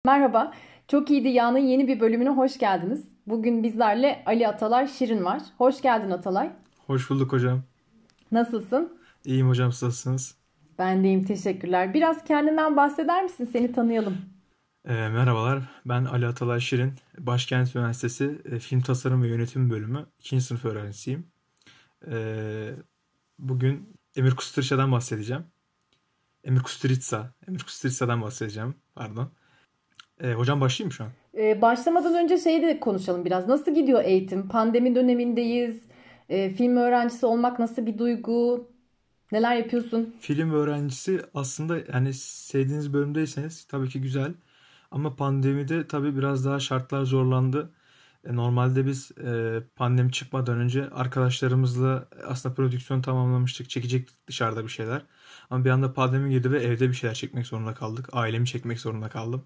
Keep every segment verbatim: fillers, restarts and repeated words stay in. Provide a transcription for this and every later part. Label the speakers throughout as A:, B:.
A: Merhaba, Çok İyiydi Ya'nın yeni bir bölümüne hoş geldiniz. Bugün bizlerle Ali Atalay Şirin var. Hoş geldin Atalay.
B: Hoş bulduk hocam.
A: Nasılsın?
B: İyiyim hocam, siz nasılsınız?
A: Ben deyim, teşekkürler. Biraz kendinden bahseder misin? Seni tanıyalım.
B: Ee, merhabalar, ben Ali Atalay Şirin. Başkent Üniversitesi e, Film Tasarım ve Yönetim Bölümü ikinci sınıf öğrencisiyim. Ee, bugün Emir Kusturica'dan bahsedeceğim. Emir Kusturica, Emir Kusturica'dan bahsedeceğim, pardon. Ee, hocam başlayayım mı şu an?
A: Ee, başlamadan önce şeyi de konuşalım biraz. Nasıl gidiyor eğitim? Pandemi dönemindeyiz. Ee, film öğrencisi olmak nasıl bir duygu? Neler yapıyorsun?
B: Film öğrencisi aslında, yani sevdiğiniz bölümdeyseniz tabii ki güzel. Ama pandemide tabii biraz daha şartlar zorlandı. E, Normalde biz e, pandemi çıkmadan önce arkadaşlarımızla aslında prodüksiyon tamamlamıştık. Çekecektik dışarıda bir şeyler. Ama bir anda pandemi girdi ve evde bir şeyler çekmek zorunda kaldık. Ailemi çekmek zorunda kaldım.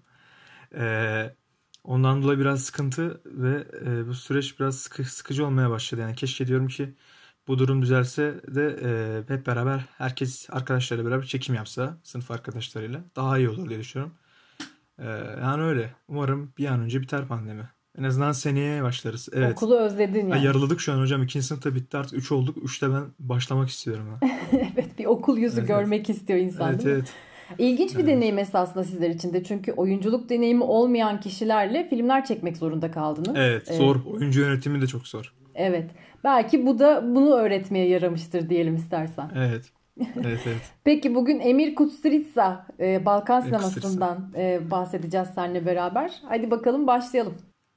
B: E, Ondan dolayı biraz sıkıntı ve e, bu süreç biraz sıkı, sıkıcı olmaya başladı. Yani keşke diyorum ki bu durum düzelse de e, hep beraber herkes arkadaşlarıyla beraber çekim yapsa sınıf arkadaşlarıyla daha iyi olur diye düşünüyorum. E, Yani öyle. Umarım bir an önce biter pandemi. En azından seneye başlarız. Evet.
A: Okulu özledin
B: Ay,
A: yani.
B: yarıladık şu an hocam. İkinci sınıfta bitti, artık üç olduk. Üçte ben başlamak istiyorum ha.
A: Evet, bir okul yüzü
B: Evet, evet.
A: görmek istiyor insan,
B: Evet,
A: değil mi?
B: evet.
A: İlginç bir
B: Evet.
A: deneyim esasında sizler için de. Çünkü oyunculuk deneyimi olmayan kişilerle filmler çekmek zorunda kaldınız.
B: Evet,
A: Ee,
B: zor. Oyuncu yönetimi de çok zor.
A: evet. Belki bu da bunu öğretmeye yaramıştır diyelim istersen.
B: Evet. Evet, evet.
A: Peki bugün Emir Kusturica, e, Balkan
B: E, kısırsa.
A: sinemasından e, bahsedeceğiz seninle beraber. Hadi bakalım başlayalım.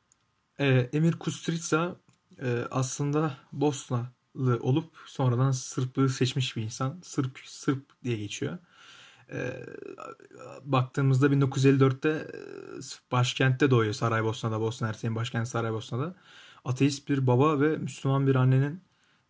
B: Ee, Emir Kusturica e, aslında Bosnalı olup sonradan Sırplığı seçmiş bir insan. Sırp Sırp diye geçiyor. Ee, Baktığımızda bin dokuz yüz elli dörtte e, başkentte doğuyor, Saraybosna'da, Bosna Hersek'in başkenti Saraybosna'da. Ateist bir baba ve Müslüman bir annenin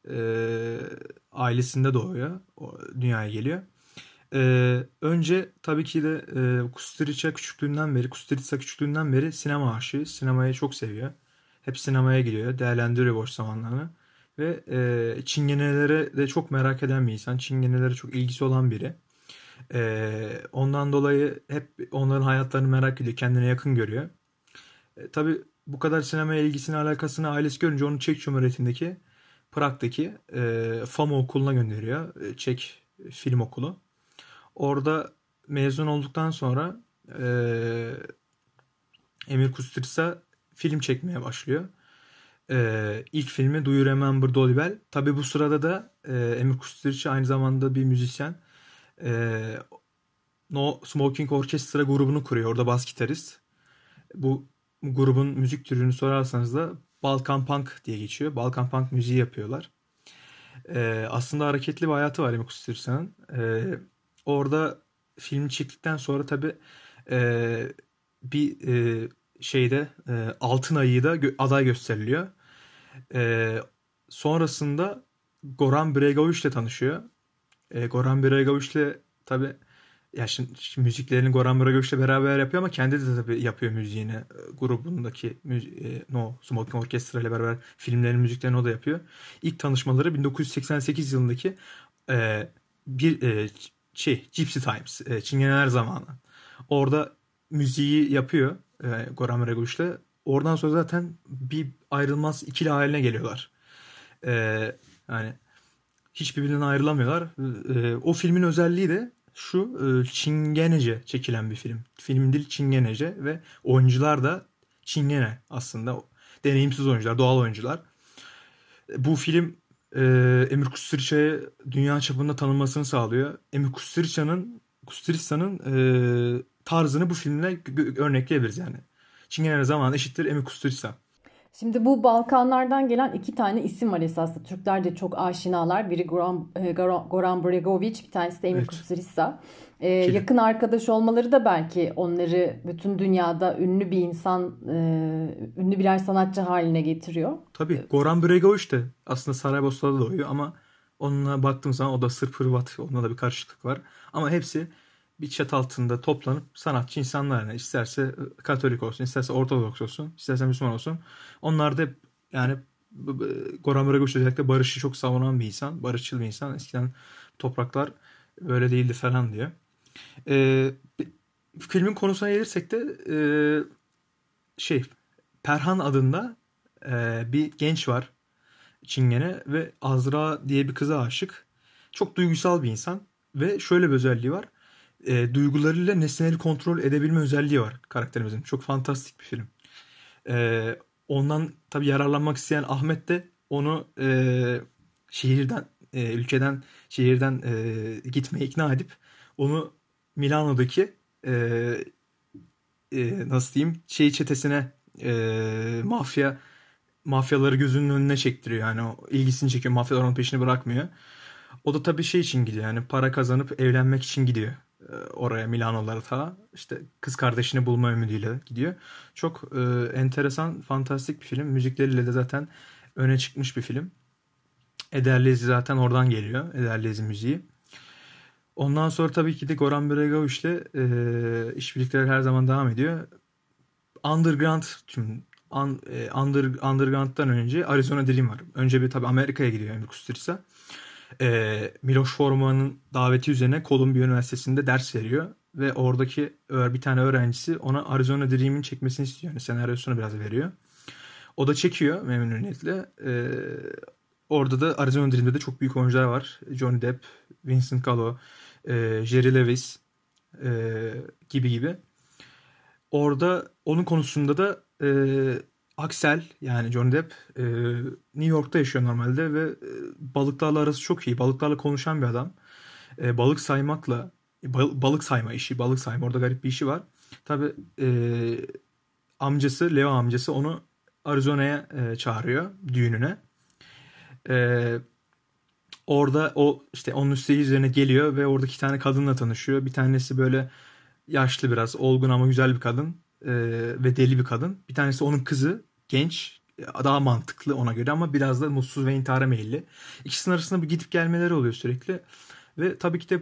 B: e, ailesinde doğuyor. O, dünyaya geliyor. Ee, önce tabii ki de e, Kusturica küçüklüğünden beri, Kusturica küçüklüğünden beri sinema aşığı. Sinemayı çok seviyor. Hep sinemaya gidiyor, değerlendiriyor boş zamanlarını. Ve e, çingenelere de çok merak eden bir insan. Çingenelere çok ilgisi olan biri. E, ondan dolayı hep onların hayatlarını merak ediyor, kendine yakın görüyor. E, tabii bu kadar sinemaya ilgisini, alakasını ailesi görünce onu Çek Cumhuriyeti'ndeki Prag'daki e, FAMA okuluna gönderiyor. E, Çek Film Okulu. Orada mezun olduktan sonra eee, Emir Kusturica film çekmeye başlıyor. Eee ilk filmi Do You Remember Dolly Bell. Tabi bu sırada da eee, Emir Kusturica aynı zamanda bir müzisyen. Eee, No Smoking Orchestra grubunu kuruyor. Orada bas gitarist. Bu grubun müzik türünü sorarsanız da Balkan Punk diye geçiyor. Balkan Punk müziği yapıyorlar. Ee, aslında hareketli bir hayatı var Emre Kusturica'nın. Ee, orada film çektikten sonra tabii e, bir e, şeyde e, Altın Ayı'da gö- aday gösteriliyor. Ee, Sonrasında Goran Bregovic ile tanışıyor. Ee, Goran Bregovic ile tabii, ya şimdi, şimdi müziklerini Goran Bregovic ile beraber yapıyor ama kendi de tabii yapıyor müziğini. E, Grubundaki müzi- e, No Smoking Orchestra ile beraber filmlerin müziklerini o da yapıyor. İlk tanışmaları bin dokuz yüz seksen sekiz yılındaki e, bir e, şey Gypsy Times, e, Çingeneler Zamanı. Orada müziği yapıyor e, Goran Bregovic ile. Oradan sonra zaten bir ayrılmaz ikili haline geliyorlar. E, Yani hiçbirbirinden ayrılamıyorlar. Ee, o filmin özelliği de şu: e, Çingenece çekilen bir film. Film dili Çingenece ve oyuncular da Çingene aslında. Deneyimsiz oyuncular, doğal oyuncular. Bu film e, Emir Kusturica'ya dünya çapında tanınmasını sağlıyor. Emir Kusturica'nın Kusturica'nın e, tarzını bu filmle gö- örnekleyebiliriz yani. Çingene zamanı eşittir Emir Kusturica.
A: Şimdi bu Balkanlardan gelen iki tane isim var esasında. Türkler de çok aşinalar. Biri Goran, e, Goran Goran Bregovic, bir tanesi de Emir
B: Evet.
A: Kusturica. Ee,
B: İkili.
A: yakın arkadaş olmaları da belki onları bütün dünyada ünlü bir insan, e, ünlü birer sanatçı haline getiriyor.
B: Tabii Goran Bregovic de aslında Saraybosna'da doğuyor ama onunla baktığım zaman o da Sırp Hırvat, onunla da bir karışıklık var. Ama hepsi bir çatı altında toplanıp sanatçı insanlar, yani isterse e, Katolik olsun, isterse Ortodoks olsun, isterse Müslüman olsun. Onlar da hep yani b- b- Goran Bregovic özellikle barışı çok savunan bir insan, barışçıl bir insan. Eskiden topraklar böyle değildi falan diyor. Ee, Filmin konusuna gelirsek de e, şey Perhan adında e, bir genç var Çingene ve Azra diye bir kıza aşık. Çok duygusal bir insan ve şöyle bir özelliği var. E, duygularıyla nesneleri kontrol edebilme özelliği var karakterimizin. Çok fantastik bir film. E, Ondan tabii yararlanmak isteyen Ahmet de onu e, şehirden, e, ülkeden, şehirden e, gitmeye ikna edip onu Milano'daki e, e, nasıl diyeyim şey çetesine e, mafya mafyaları gözünün önüne çektiriyor. Yani o ilgisini çekiyor. Mafyalar onun peşini bırakmıyor. O da tabii şey için gidiyor. Yani para kazanıp evlenmek için gidiyor. Ee, Oraya Milanolara ta işte kız kardeşini bulma ümidiyle gidiyor. Çok e, enteresan, fantastik bir film. Müzikleriyle de zaten öne çıkmış bir film. Ederlezi zaten oradan geliyor. Ederlezi müziği. Ondan sonra tabii ki de Goran Bregoviç'le e, işbirlikleri her zaman devam ediyor. Underground tüm un, e, under, Underground'dan önce Arizona Dream var. Önce bir tabii Amerika'ya gidiyor Emir Kusturica. E, Miloš Forman'ın daveti üzerine Columbia Üniversitesi'nde ders veriyor. Ve oradaki bir tane öğrencisi ona Arizona Dream'in çekmesini istiyor. Yani senaryosunu biraz veriyor. O da çekiyor memnuniyetle. E, orada da Arizona Dream'de de çok büyük oyuncular var. Johnny Depp, Vincent Gallo, e, Jerry Lewis e, gibi gibi. Orada onun konusunda da e, Axel yani Johnny Depp e, New York'ta yaşıyor normalde ve e, balıklarla arası çok iyi. Balıklarla konuşan bir adam. E, balık saymakla bal- balık sayma işi, balık sayma orada garip bir işi var. Tabii e, amcası, Leo amcası onu Arizona'ya e, çağırıyor düğününe. E, Orada o işte onun üstü üzerine geliyor ve orada iki tane kadınla tanışıyor. Bir tanesi böyle yaşlı biraz olgun ama güzel bir kadın e, ve deli bir kadın. Bir tanesi onun kızı genç daha mantıklı ona göre ama biraz da mutsuz ve intihara meyilli. İkisinin arasında bir gidip gelmeleri oluyor sürekli. Ve tabii ki de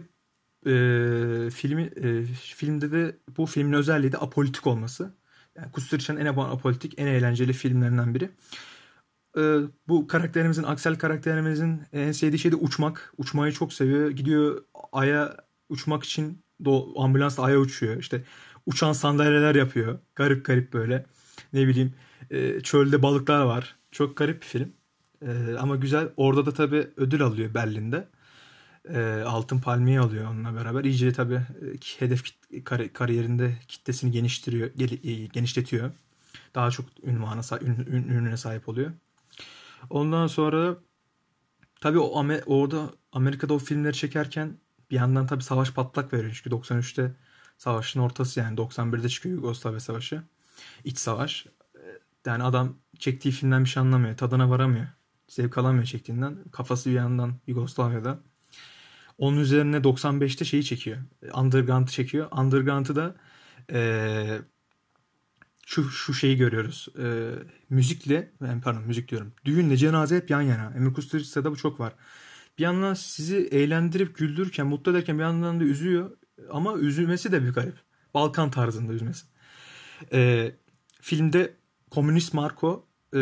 B: e, filmi e, filmde de bu filmin özelliği de apolitik olması. Yani Kusturica'nın en apolitik, en eğlenceli filmlerinden biri. E, bu karakterimizin, Axel karakterimizin en sevdiği şey de uçmak. Uçmayı çok seviyor. Gidiyor Ay'a uçmak için do ambulansla Ay'a uçuyor. İşte uçan sandalyeler yapıyor. Garip garip böyle. Ne bileyim e, çölde balıklar var. Çok garip bir film. E, ama güzel. Orada da tabii ödül alıyor Berlin'de. E, Altın Palmiye alıyor onunla beraber. İyice tabii e, hedef kit- kar- kariyerinde kitlesini geliştiriyor, gel- e, genişletiyor. Daha çok ünvana, sa- ün, ün- ününe sahip oluyor. Ondan sonra tabii o Amer- orada Amerika'da o filmleri çekerken bir yandan tabii savaş patlak veriyor. Çünkü doksan üçte savaşın ortası yani doksan birde çıkıyor Yugoslavya Savaşı. İç savaş. Yani adam çektiği filmden bir şey anlamıyor. Tadına varamıyor. Zevk alamıyor çektiğinden. Kafası bir yandan Yugoslavya'da. Onun üzerine doksan beşte şeyi çekiyor. Underground'ı çekiyor. Underground'ı da eee, şu şu şeyi görüyoruz. Eee, müzikle, yani pardon müzik diyorum. Düğünle cenaze hep yan yana. Emre Kusturica'da bu çok var. Bir yandan sizi eğlendirip güldürürken, mutlu ederken bir yandan da üzüyor. Ama üzülmesi de bir garip. Balkan tarzında üzmesi. Ee, Filmde komünist Marco e,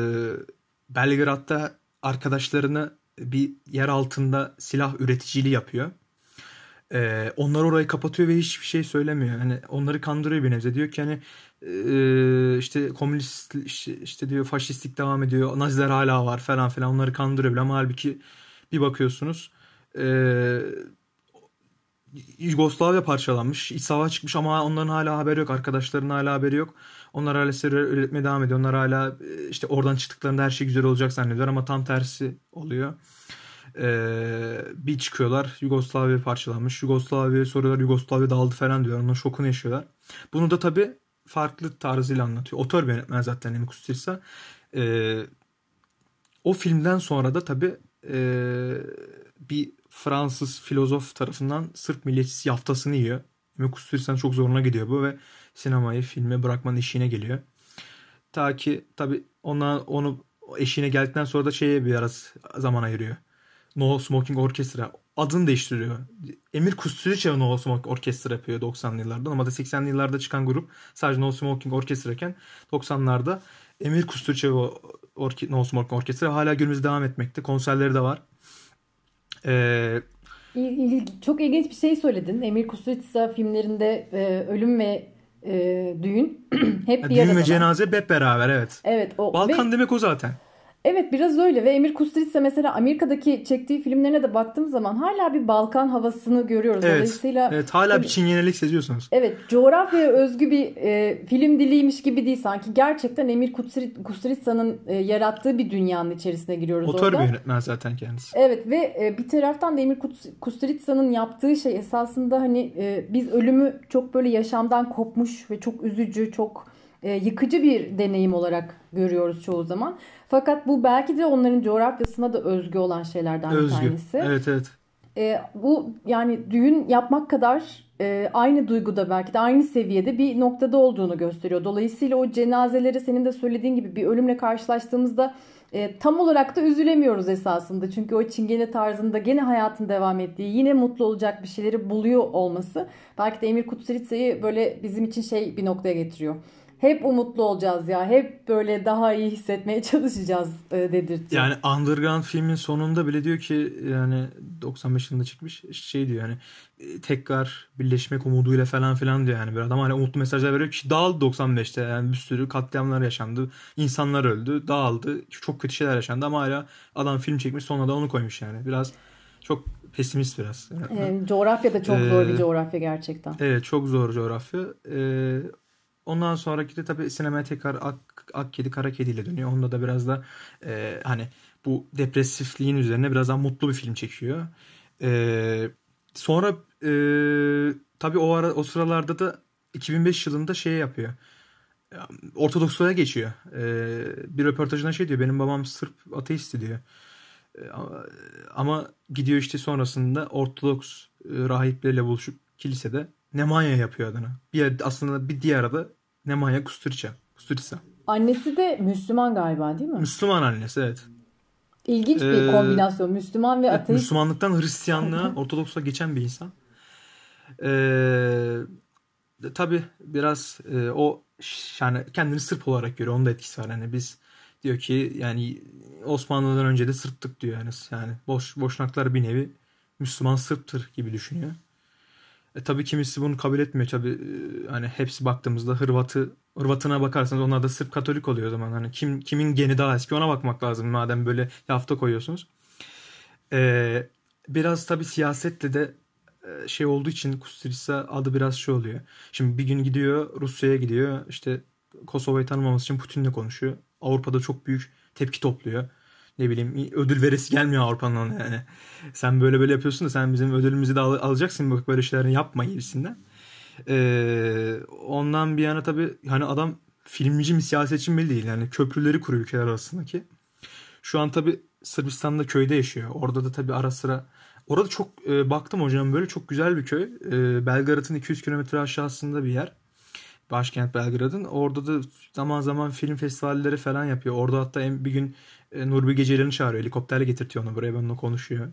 B: Belgrad'da arkadaşlarını bir yer altında silah üreticiliği yapıyor. Ee, onlar orayı kapatıyor ve hiçbir şey söylemiyor. Hani onları kandırıyor bir nebze. Diyor ki hani e, işte komünist işte, işte diyor faşistlik devam ediyor. Naziler hala var falan filan. Onları kandırıyor bile ama halbuki bir bakıyorsunuz e, Yugoslavya parçalanmış. İç savaş çıkmış ama onların hala haberi yok. Arkadaşlarının hala haberi yok. Onlar hala silah üretmeye devam ediyor. Onlar hala e, işte oradan çıktıklarında her şey güzel olacak zannediyorlar ama tam tersi oluyor. Ee, bir çıkıyorlar Yugoslavya parçalanmış. Yugoslavya'ya soruyorlar Yugoslavya dağıldı falan diyor. Onun şokunu yaşıyorlar. Bunu da tabii farklı tarzıyla anlatıyor. Otör bir yönetmen zaten Emi Kusturica. Ee, O filmden sonra da tabii ee, bir Fransız filozof tarafından Sırp milliyetçisi yaftasını yiyor. Emi Kusturica'nın çok zoruna gidiyor bu ve sinemayı filme bırakmanın eşiğine geliyor. Ta ki tabii ona onu eşiğine geldikten sonra da şeye biraz zaman ayırıyor. No Smoking Orchestra adını değiştiriyor. Emir Kusturica No Smoking Orchestra yapıyor doksanlı yıllarda. Ama da seksenli yıllarda çıkan grup sadece No Smoking Orchestra iken doksanlarda Emir Kusturica Orke No Smoking Orchestra hala günümüzde devam etmekte. Konserleri de var. Ee,
A: İl- il- Çok ilginç bir şey söyledin. Emir Kusturica filmlerinde e, ölüm ve e, düğün hep
B: Ya,
A: bir
B: düğün ve
A: aradalar.
B: cenaze hep beraber, evet.
A: Evet o
B: Balkan
A: ve
B: demek o zaten.
A: evet biraz öyle ve Emir Kusturica mesela Amerika'daki çektiği filmlerine de baktığım zaman hala bir Balkan havasını görüyoruz.
B: Evet.
A: Dolayısıyla
B: Evet, hala bir
A: böyle
B: çingenelik seziyorsunuz.
A: evet coğrafyaya özgü bir e, film diliymiş gibi değil sanki. Gerçekten Emir Kusturi- Kusturica'nın e, yarattığı bir dünyanın içerisine giriyoruz
B: Otör bir
A: orada.
B: yönetmen zaten kendisi.
A: Evet ve e, bir taraftan da Emir Kus- Kusturica'nın yaptığı şey esasında hani e, biz ölümü çok böyle yaşamdan kopmuş ve çok üzücü, çok e, yıkıcı bir deneyim olarak görüyoruz çoğu zaman. Fakat bu belki de onların coğrafyasına da özgü olan şeylerden bir
B: Özgü.
A: tanesi.
B: Evet, evet.
A: E, bu yani düğün yapmak kadar e, aynı duyguda belki de aynı seviyede bir noktada olduğunu gösteriyor. Dolayısıyla o cenazeleri senin de söylediğin gibi bir ölümle karşılaştığımızda e, tam olarak da üzülemiyoruz esasında. Çünkü o çingene tarzında gene hayatın devam ettiği, yine mutlu olacak bir şeyleri buluyor olması belki de Emir Kusturica'yı böyle bizim için şey bir noktaya getiriyor. Hep umutlu olacağız ya, hep böyle daha iyi hissetmeye çalışacağız e, dedirtiyor.
B: Yani Underground filmin sonunda bile diyor ki, yani doksan beş yılında çıkmış, şey diyor yani, e, tekrar birleşmek umuduyla falan filan diyor yani. Bir adam hala umutlu mesajlar veriyor ki dağıldı doksan beşte, yani bir sürü katliamlar yaşandı. İnsanlar öldü, dağıldı. Çok kötü şeyler yaşandı ama hala adam film çekmiş, sonuna da onu koymuş yani. Biraz çok pesimist biraz yönetmen.
A: E, coğrafya da çok zor bir
B: Ee,
A: coğrafya gerçekten.
B: evet, çok zor coğrafya. Ee, ondan sonraki de tabii sinemaya tekrar Ak, Ak Kedi Kara Kedi ile dönüyor. Onda da biraz da e, hani bu depresifliğin üzerine biraz daha mutlu bir film çekiyor. Ee, sonra e, tabii o ara o sıralarda da iki bin beş yılında şey yapıyor. Ortodoksluğa geçiyor. Ee, bir röportajında şey diyor. Benim babam Sırp ateisti diyor. Ee, ama, ama gidiyor işte sonrasında Ortodoks e, rahiplerle buluşup kilisede Nemanja yapıyor adına. Bir aslında bir diğer adı Nemanja Kusturica. Kusturica.
A: Annesi de Müslüman galiba değil mi?
B: Müslüman annesi, evet.
A: İlginç bir
B: Ee,
A: kombinasyon. Müslüman ve
B: evet,
A: ateist.
B: Müslümanlıktan Hristiyanlığa, Ortodoks'a geçen bir insan. Ee, tabii biraz e, o ş- yani kendini Sırp olarak görüyor. Onun da etkisi var. Hani biz diyor ki yani Osmanlı'dan önce de Sırptık diyor yani. Yani boş Boşnaklar bir nevi Müslüman Sırptır gibi düşünüyor. E tabii kimisi bunu kabul etmiyor. Tabii e, hani hepsi baktığımızda Hırvatı Hırvatına bakarsanız onlar da Sırp Katolik oluyor o zaman. Hani kim kimin geni daha eski ona bakmak lazım madem böyle hafta koyuyorsunuz. Ee, biraz tabii siyasetle de e, şey olduğu için Kusturica adı biraz şey oluyor. Şimdi bir gün gidiyor Rusya'ya gidiyor, işte Kosova'yı tanımaması için Putin'le konuşuyor. Avrupa'da çok büyük tepki topluyor. Ne bileyim, ödül veresi gelmiyor Avrupa'nın ona yani. Sen böyle böyle yapıyorsun da sen bizim ödülümüzü de al- alacaksın, bak böyle şeyleri yapma gibisinden. Ee, ondan bir yana tabii hani adam filmci mi siyasetçi mi belli değil. Yani köprüleri kuruyor ülkeler arasındaki. Şu an tabii Sırbistan'da köyde yaşıyor. Orada da tabii ara sıra. Orada çok e, baktım hocam, böyle çok güzel bir köy. E, Belgrad'ın iki yüz kilometre aşağısında bir yer. Başkent Belgrad'ın. Orada da zaman zaman film festivalleri falan yapıyor. Orada hatta en, bir gün e, Nuri Bilge Ceylan'ı çağırıyor. Helikopterle getirtiyor onu buraya. Benimle konuşuyor.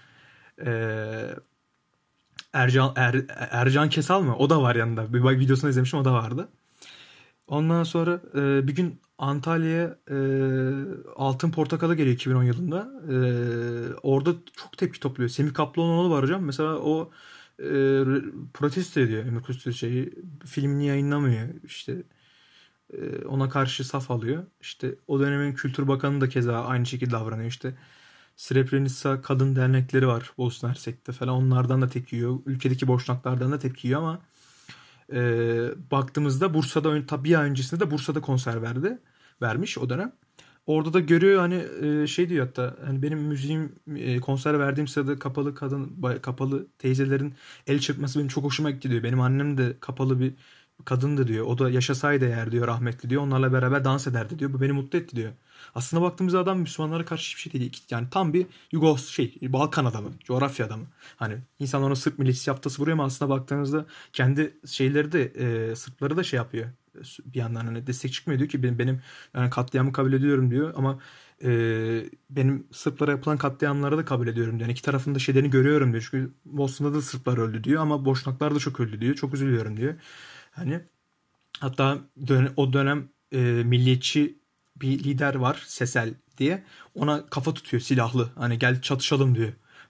B: E, Ercan, Er- Ercan Kesal mı? O da var yanında. Bir bak videosunu izlemiştim, o da vardı. Ondan sonra e, bir gün Antalya'ya e, Altın Portakal'a geliyor iki bin on yılında. E, orada çok tepki topluyor. Semih Kaplanoğlu var hocam. Mesela o e, protesto ediyor Emir Kusturiça'yı. Filmini yayınlamıyor. İşte e, ona karşı saf alıyor. İşte o dönemin Kültür Bakanı da keza aynı şekilde davranıyor. İşte Srebrenica kadın dernekleri var Bosna Hersek'te falan. Onlardan da tepki yiyor. Ülkedeki boşnaklardan da tepki yiyor ama ee, baktığımızda Bursa'da ön- tabii bir ay öncesinde de Bursa'da konser verdi. Vermiş o dönem. Orada da görüyor hani e, şey diyor hatta, hani benim müziğim e, konser verdiğim sırada kapalı kadın bay- kapalı teyzelerin el çırpması benim çok hoşuma gitti diyor. Benim annem de kapalı bir kadındı diyor. O da yaşasaydı eğer diyor, rahmetli diyor. Onlarla beraber dans ederdi diyor. Bu beni mutlu etti diyor. Aslında baktığımızda adam Müslümanlara karşı hiçbir şey değil. Yani tam bir Yugos şey Balkan adamı, coğrafya adamı. Hani insanlar ona Sırp milliyetçisi yaftası vuruyor ama aslında baktığınızda kendi şeyleri de e, Sırpları da şey yapıyor. Bir yandan hani destek çıkmıyor, diyor ki benim, benim yani katliamı kabul ediyorum diyor ama e, benim Sırplara yapılan katliamları da kabul ediyorum diyor. Yani iki tarafın da şeylerini görüyorum diyor. Çünkü Bosna'da da Sırplar öldü diyor ama Boşnaklar da çok öldü diyor. Çok üzülüyorum diyor. Hani hatta dön- o dönem e, milliyetçi bir lider var, Sesel diye. Ona kafa tutuyor silahlı. Hani gel çatışalım diyor.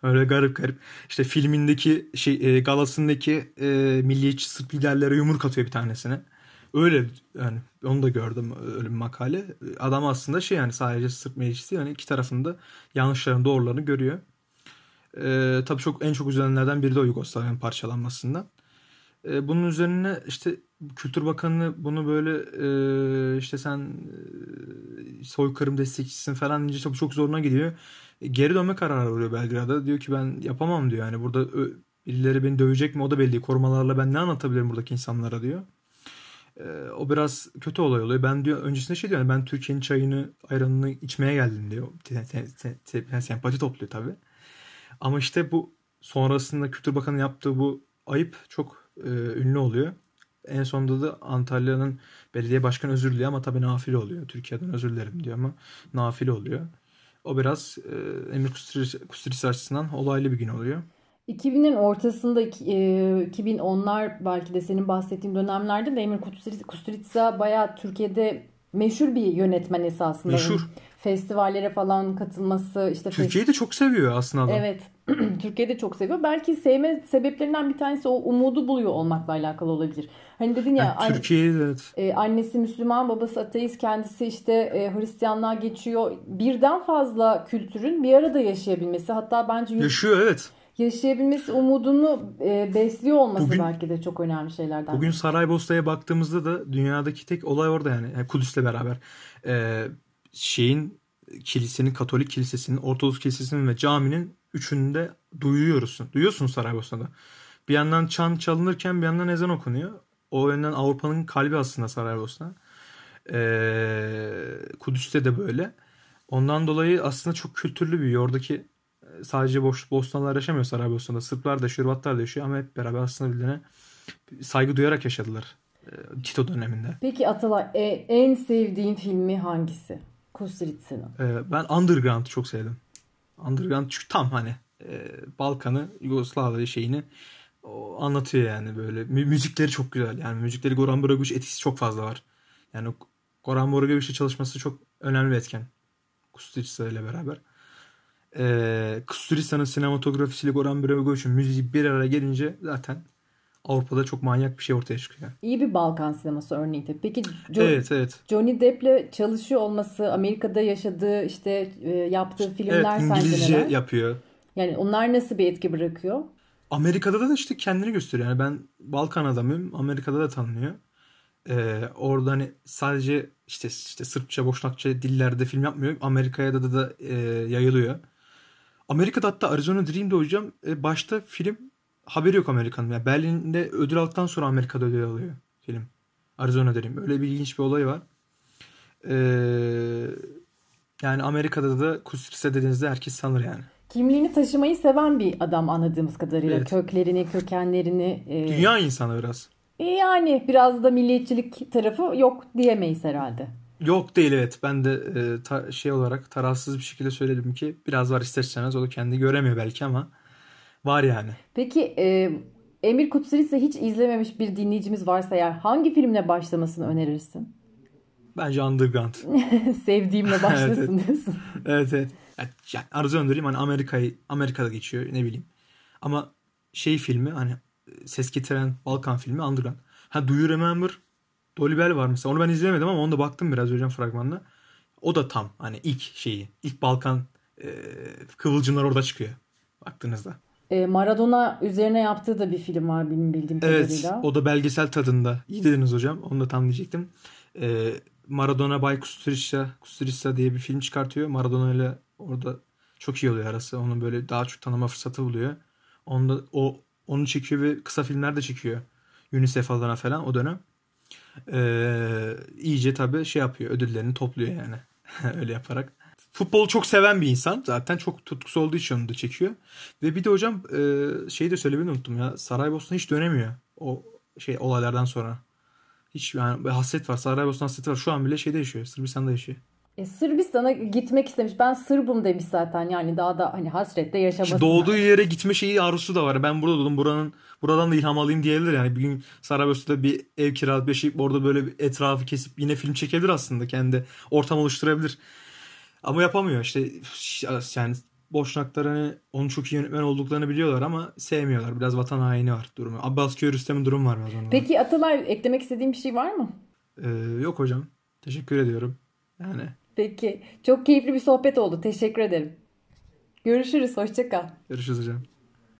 B: Öyle garip garip. İşte filmindeki şey e, galasındaki e, milliyetçi Sırp liderlere yumruk atıyor bir tanesine. Öyle yani onu da gördüm öyle bir makale. Adam aslında şey yani sadece Sırp milliyetçisi yani iki tarafında yanlışların doğrularını görüyor. E, tabii çok en çok üzülenlerden biri de o Yugoslavya'nın parçalanmasından. E, bunun üzerine işte Kültür Bakanı bunu böyle e, işte sen e, soykırım destekçisin falan deyince çok, çok zoruna gidiyor. E, geri dönme kararı veriyor Belgrad'a. Diyor ki ben yapamam diyor. Yani burada ö, birileri beni dövecek mi o da belli değil. Korumalarla ben ne anlatabilirim buradaki insanlara diyor. E, o biraz kötü olay oluyor. Ben diyor öncesinde şey diyor yani ben Türkiye'nin çayını ayranını içmeye geldim diyor. Te- te- te- te- Sempati topluyor tabii. Ama işte bu sonrasında Kültür Bakanı yaptığı bu ayıp çok e, ünlü oluyor. En sonunda da Antalya'nın belediye başkanı özür diliyor ama tabii nafile oluyor. Türkiye'den özür dilerim diyor ama nafile oluyor. O biraz e, Emir Kusturica, Kusturica açısından olaylı bir gün oluyor.
A: iki binin ortasında e, iki bin onlar belki de senin bahsettiğin dönemlerde de Emir Kusturica Kusturica bayağı Türkiye'de meşhur bir yönetmen esasında. Yani
B: Meşhur.
A: festivallere falan katılması işte fes-
B: Türkiye'yi de çok seviyor aslında adam.
A: evet. Türkiye'de çok seviyor. Belki sevme sebeplerinden bir tanesi o umudu buluyor olmakla alakalı olabilir. Hani dedin
B: Yani
A: ya an-
B: Türkiye'yi de evet.
A: e, annesi Müslüman, babası ateist, kendisi işte e, Hristiyanlığa geçiyor. Birden fazla kültürün bir arada yaşayabilmesi, hatta bence yurt
B: Yaşıyor evet.
A: yaşayabilmesi umudunu e, besliyor olması
B: Bugün
A: belki de çok önemli şeylerden
B: bugün
A: biri.
B: Saraybosna'ya baktığımızda da dünyadaki tek olay orada yani. Yani Kudüs'le beraber. Ee, şeyin kilisenin, Katolik kilisesinin, Ortodoks kilisesinin ve caminin üçünü de duyuyorsun. Duyuyorsun Saraybosna'da. Bir yandan çan çalınırken bir yandan ezan okunuyor. O yönden Avrupa'nın kalbi aslında Saraybosna. Ee, Kudüs'te de böyle. Ondan dolayı aslında çok kültürlü bir oradaki e, sadece boş Bosnalılar yaşamıyor Saraybosna'da. Sırplar da yaşıyor, Hırvatlar da yaşıyor ama hep beraber aslında birbirlerine saygı duyarak yaşadılar. e, Tito döneminde.
A: Peki Atalay, e, en sevdiğin filmi hangisi? Kustrica'nın.
B: Ee, ben Underground'ı çok sevdim. Underground çünkü tam hani e, Balkan'ı, Yugoslavya şeyini o anlatıyor yani böyle. Mü- müzikleri çok güzel. Yani müzikleri Goran Bregović etkisi çok fazla var. Yani Goran Bregović'le çalışması çok önemli bir etken. Kusturica ile beraber. Ee, Kusturica'nın sinematografisiyle Goran Bregović'in müziği bir araya gelince zaten Avrupa'da çok manyak bir şey ortaya çıkıyor.
A: İyi bir Balkan sineması örneğiydi. Peki Jo-
B: Evet evet.
A: Johnny Depp'le çalışıyor olması, Amerika'da yaşadığı, işte e, yaptığı
B: Evet
A: filmler sence
B: İngilizce
A: neler?
B: yapıyor.
A: Yani onlar nasıl bir etki bırakıyor?
B: Amerika'da da işte kendini gösteriyor. Yani ben Balkan adamıyım. Amerika'da da tanınıyor. Ee, orada hani sadece işte işte Sırpça, Boşnakça dillerde film yapmıyor. Amerika'ya da da, da e, yayılıyor. Amerika'da hatta Arizona Dream'de hocam e, başta film haberi yok Amerika'nın. Yani Berlin'de ödül aldıktan sonra Amerika'da ödül alıyor film. Arizona Dream. Öyle bir ilginç bir olay var. Ee, yani Amerika'da da Kusturica dediğinizde herkes sanır yani.
A: Kimliğini taşımayı seven bir adam anladığımız kadarıyla.
B: Evet.
A: Köklerini, kökenlerini. E,
B: Dünya insanı biraz.
A: e, yani biraz da milliyetçilik tarafı yok diyemeyiz herhalde.
B: Yok değil evet. Ben de e, ta- şey olarak tarafsız bir şekilde söyledim ki biraz var ister istemez. O da kendi göremiyor belki ama var yani.
A: Peki e, Emir Kusturica hiç izlememiş bir dinleyicimiz varsa eğer hangi filmle başlamasını önerirsin?
B: Bence Underground.
A: Sevdiğimle
B: Evet evet.
A: başlasın diyorsun.
B: Evet evet. Yani, yani arzu öndüreyim hani Amerika'yı Amerika'da geçiyor ne bileyim. Ama şey filmi hani e, ses getiren Balkan filmi Underground. Ha Do You Remember? Dolly Bell var mesela. Onu ben izlemedim ama onu da baktım biraz hocam fragmanına. O da tam hani ilk şeyi. İlk Balkan e, kıvılcımlar orada çıkıyor. Baktığınızda.
A: E, Maradona üzerine yaptığı da bir film var benim bildiğim
B: Evet,
A: kadarıyla.
B: o da belgesel tadında. İyi dediniz hocam. Onu da tam diyecektim. Ee, Maradona Bay Kusturica, Kusturica diye bir film çıkartıyor. Maradona ile orada çok iyi oluyor arası. Onun böyle daha çok tanıma fırsatı buluyor. Onu da, o onu çekiyor ve kısa filmler de çekiyor. UNICEF adına falan o dönem. Ee, iyice tabii şey yapıyor. Ödüllerini topluyor yani. Öyle yaparak. Futbolu çok seven bir insan. Zaten çok tutkusu olduğu için onu da çekiyor. Ve bir de hocam e, şeyi de söylemeyi unuttum ya. Saraybosna hiç dönemiyor. O şey olaylardan sonra. Hiç yani bir hasret var. Saraybosna hasreti var. Şu an bile şeyde yaşıyor. Sırbistan'da yaşıyor.
A: E, Sırbistan'a gitmek istemiş. Ben Sırbım demiş zaten. Yani daha da hani hasretle
B: İşte
A: yaşamasına.
B: doğduğu yere gitme şeyi arzusu da var. Ben burada doğdum. Buranın buradan da ilham alayım diyebilir yani. Bir gün Saraybosna'da bir ev kiralayıp yaşayıp orada böyle bir etrafı kesip yine film çekebilir aslında. Kendi ortam oluşturabilir. Ama yapamıyor işte yani Boşnaklar hani onun çok iyi yönetmen olduklarını biliyorlar ama sevmiyorlar. Biraz vatan haini var durumu. Abbas Kiarostami'nin durum var bazen orada.
A: Peki Atalay, eklemek istediğin bir şey var mı?
B: Ee, yok hocam. Teşekkür ediyorum. Yani
A: Peki. Çok keyifli bir sohbet oldu. Teşekkür ederim. Görüşürüz. Hoşça kal.
B: görüşürüz hocam.